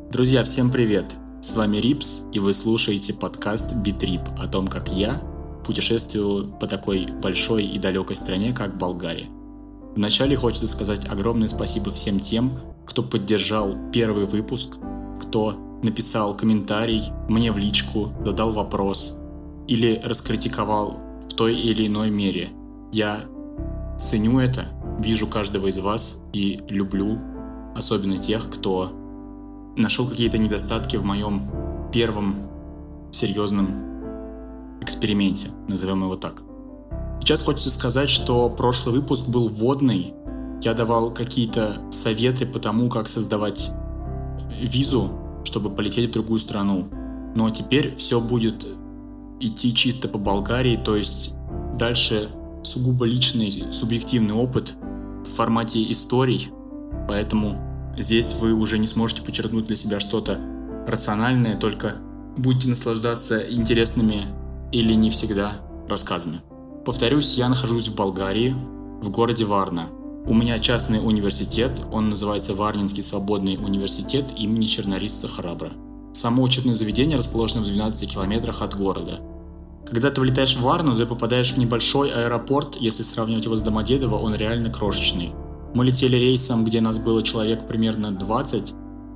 Друзья, всем привет! С вами Рипс, и вы слушаете подкаст «Битрип» о том, как я путешествую по такой большой и далекой стране, как Болгария. Вначале хочется сказать огромное спасибо всем тем, кто поддержал первый выпуск, кто написал комментарий мне в личку, задал вопрос или раскритиковал в той или иной мере. Я ценю это, вижу каждого из вас и люблю, особенно тех, кто нашел какие-то недостатки в моем первом серьезном эксперименте, назовем его так. Сейчас хочется сказать, что прошлый выпуск был вводный. Я давал какие-то советы по тому, как создавать визу, чтобы полететь в другую страну. Но теперь все будет идти чисто по Болгарии, то есть дальше сугубо личный, субъективный опыт в формате историй, поэтому здесь вы уже не сможете подчеркнуть для себя что-то рациональное, только будете наслаждаться интересными или не всегда рассказами. Повторюсь, я нахожусь в Болгарии, в городе Варна. У меня частный университет, он называется Варнинский свободный университет имени Чернорисца Храбра. Само учебное заведение расположено в 12 километрах от города. Когда ты влетаешь в Варну, ты попадаешь в небольшой аэропорт, если сравнивать его с Домодедово, он реально крошечный. Мы летели рейсом, где нас было человек примерно 20,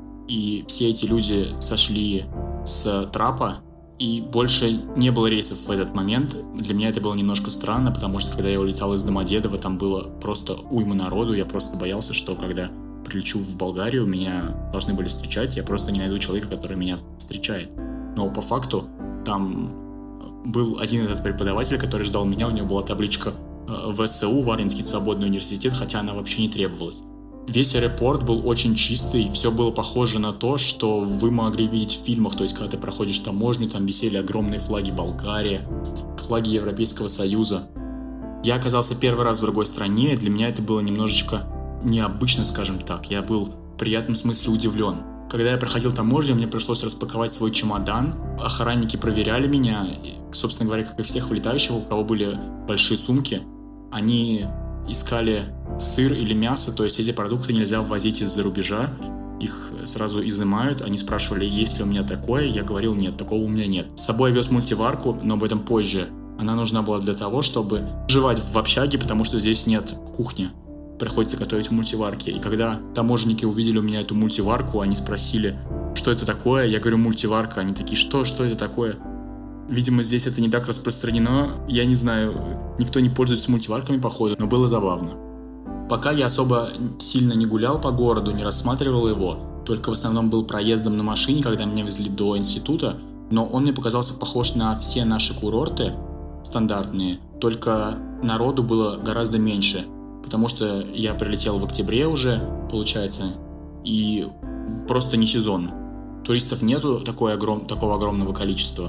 и все эти люди сошли с трапа, и больше не было рейсов в этот момент. Для меня это было немножко странно, потому что когда я улетал из Домодедова, там было просто уйма народу, я просто боялся, что когда прилечу в Болгарию, меня должны были встречать, я просто не найду человека, который меня встречает. Но по факту там был один этот преподаватель, который ждал меня, у него была табличка ВСУ, Варнинский свободный университет, хотя она вообще не требовалась. Весь аэропорт был очень чистый, все было похоже на то, что вы могли видеть в фильмах, то есть когда ты проходишь таможню, там висели огромные флаги Болгарии, флаги Европейского Союза. Я оказался первый раз в другой стране, и для меня это было немножечко необычно, скажем так. Я был в приятном смысле удивлен. Когда я проходил таможню, мне пришлось распаковать свой чемодан. Охранники проверяли меня, собственно говоря, как и всех вылетающих, у кого были большие сумки. Они искали сыр или мясо, то есть эти продукты нельзя ввозить из-за рубежа. Их сразу изымают. Они спрашивали, есть ли у меня такое. Я говорил, нет, такого у меня нет. С собой я вез мультиварку, но об этом позже. Она нужна была для того, чтобы жевать в общаге, потому что здесь нет кухни. Приходится готовить в мультиварке. И когда таможенники увидели у меня эту мультиварку, они спросили, что это такое. Я говорю, мультиварка. Они такие, что это такое? Видимо, здесь это не так распространено. Я не знаю, никто не пользуется мультиварками, походу, но было забавно. Пока я особо сильно не гулял по городу, не рассматривал его, только в основном был проездом на машине, когда меня везли до института, но он мне показался похож на все наши курорты стандартные, только народу было гораздо меньше. Потому что я прилетел в октябре уже, получается, и просто не сезон. Туристов нету такого огромного количества.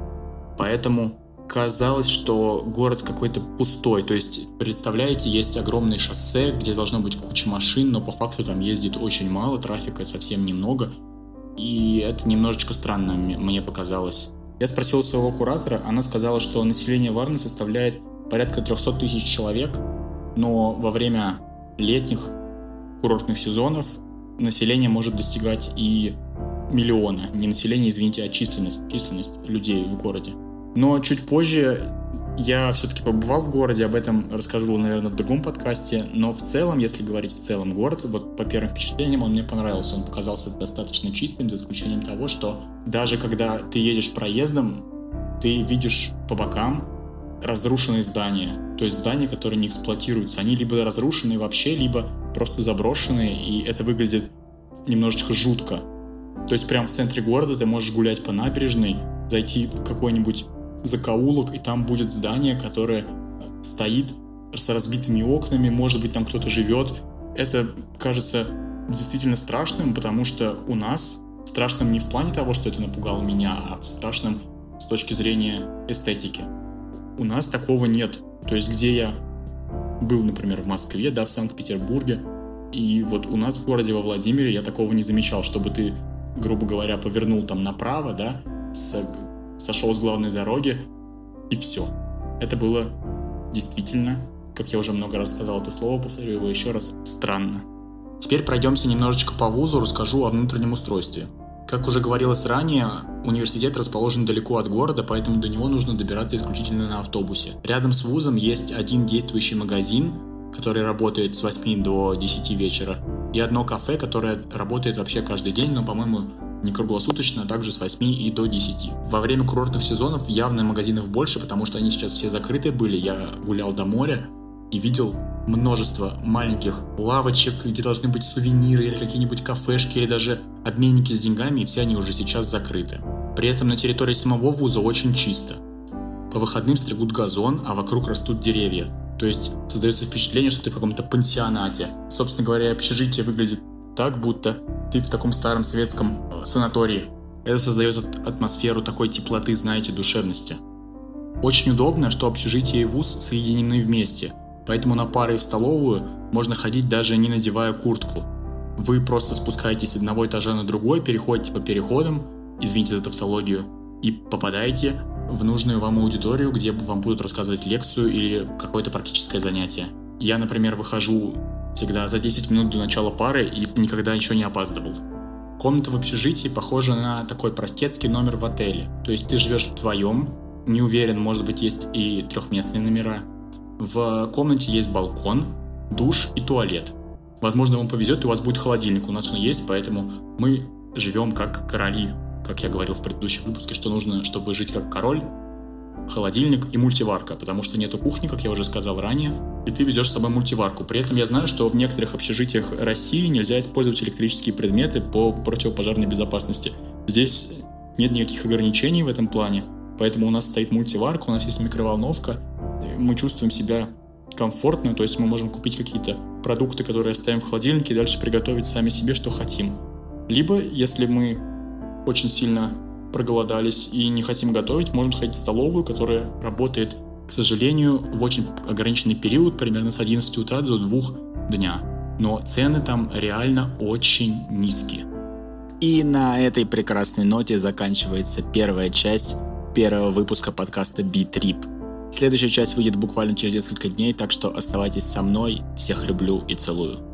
Поэтому казалось, что город какой-то пустой. То есть, представляете, есть огромное шоссе, где должно быть куча машин, но по факту там ездит очень мало, трафика совсем немного. И это немножечко странно мне показалось. Я спросил у своего куратора, она сказала, что население Варны составляет порядка 300 тысяч человек, но во время летних курортных сезонов население может достигать и миллиона. Не население, извините, а численность людей в городе. Но чуть позже я все-таки побывал в городе, об этом расскажу, наверное, в другом подкасте. Но в целом, если говорить в целом, город, вот по первым впечатлениям, он мне понравился. Он показался достаточно чистым, за исключением того, что даже когда ты едешь проездом, ты видишь по бокам разрушенные здания, то есть здания, которые не эксплуатируются. Они либо разрушены вообще, либо просто заброшенные, и это выглядит немножечко жутко. То есть прямо в центре города ты можешь гулять по набережной, зайти в какой-нибудь закоулок, и там будет здание, которое стоит с разбитыми окнами, может быть, там кто-то живет. Это кажется действительно страшным, потому что у нас страшным не в плане того, что это напугало меня, а страшным с точки зрения эстетики. У нас такого нет. То есть, где я был, например, в Москве, да, в Санкт-Петербурге, и вот у нас в городе во Владимире я такого не замечал, чтобы ты, грубо говоря, повернул там направо, да, сошел с главной дороги, и все. Это было действительно, как я уже много раз сказал это слово, повторю его еще раз, странно. Теперь пройдемся немножечко по вузу, расскажу о внутреннем устройстве. Как уже говорилось ранее, университет расположен далеко от города, поэтому до него нужно добираться исключительно на автобусе. Рядом с вузом есть один действующий магазин, который работает с 8 до 10 вечера, и одно кафе, которое работает вообще каждый день, но, по-моему, не круглосуточно, а также с 8 и до 10. Во время курортных сезонов явно магазинов больше, потому что они сейчас все закрыты были. Я гулял до моря и видел множество маленьких лавочек, где должны быть сувениры или какие-нибудь кафешки, или даже обменники с деньгами, и все они уже сейчас закрыты. При этом на территории самого вуза очень чисто. По выходным стригут газон, а вокруг растут деревья. То есть создается впечатление, что ты в каком-то пансионате. Собственно говоря, общежитие выглядит так, будто ты в таком старом советском санатории. Это создает атмосферу такой теплоты, знаете, душевности. Очень удобно, что общежитие и вуз соединены вместе, поэтому на пары в столовую можно ходить даже не надевая куртку. Вы просто спускаетесь с одного этажа на другой, переходите по переходам, извините за тавтологию, и попадаете в нужную вам аудиторию, где вам будут рассказывать лекцию или какое-то практическое занятие. Я, например, выхожу всегда за 10 минут до начала пары и никогда еще не опаздывал. Комната в общежитии похожа на такой простецкий номер в отеле. То есть ты живешь вдвоем, не уверен, может быть, есть и трехместные номера. В комнате есть балкон, душ и туалет. Возможно, вам повезет, и у вас будет холодильник. У нас он есть, поэтому мы живем как короли. Как я говорил в предыдущем выпуске, что нужно, чтобы жить как король, холодильник и мультиварка, потому что нету кухни, как я уже сказал ранее, и ты ведешь с собой мультиварку. При этом я знаю, что в некоторых общежитиях России нельзя использовать электрические предметы по противопожарной безопасности. Здесь нет никаких ограничений в этом плане, поэтому у нас стоит мультиварка, у нас есть микроволновка, мы чувствуем себя комфортно, то есть мы можем купить какие-то продукты, которые оставим в холодильнике, и дальше приготовить сами себе, что хотим. Либо, если мы очень сильно проголодались и не хотим готовить, можем сходить в столовую, которая работает, к сожалению, в очень ограниченный период, примерно с 11 утра до 2 дня. Но цены там реально очень низкие. И на этой прекрасной ноте заканчивается первая часть первого выпуска подкаста B-Trip. Следующая часть выйдет буквально через несколько дней, так что оставайтесь со мной. Всех люблю и целую.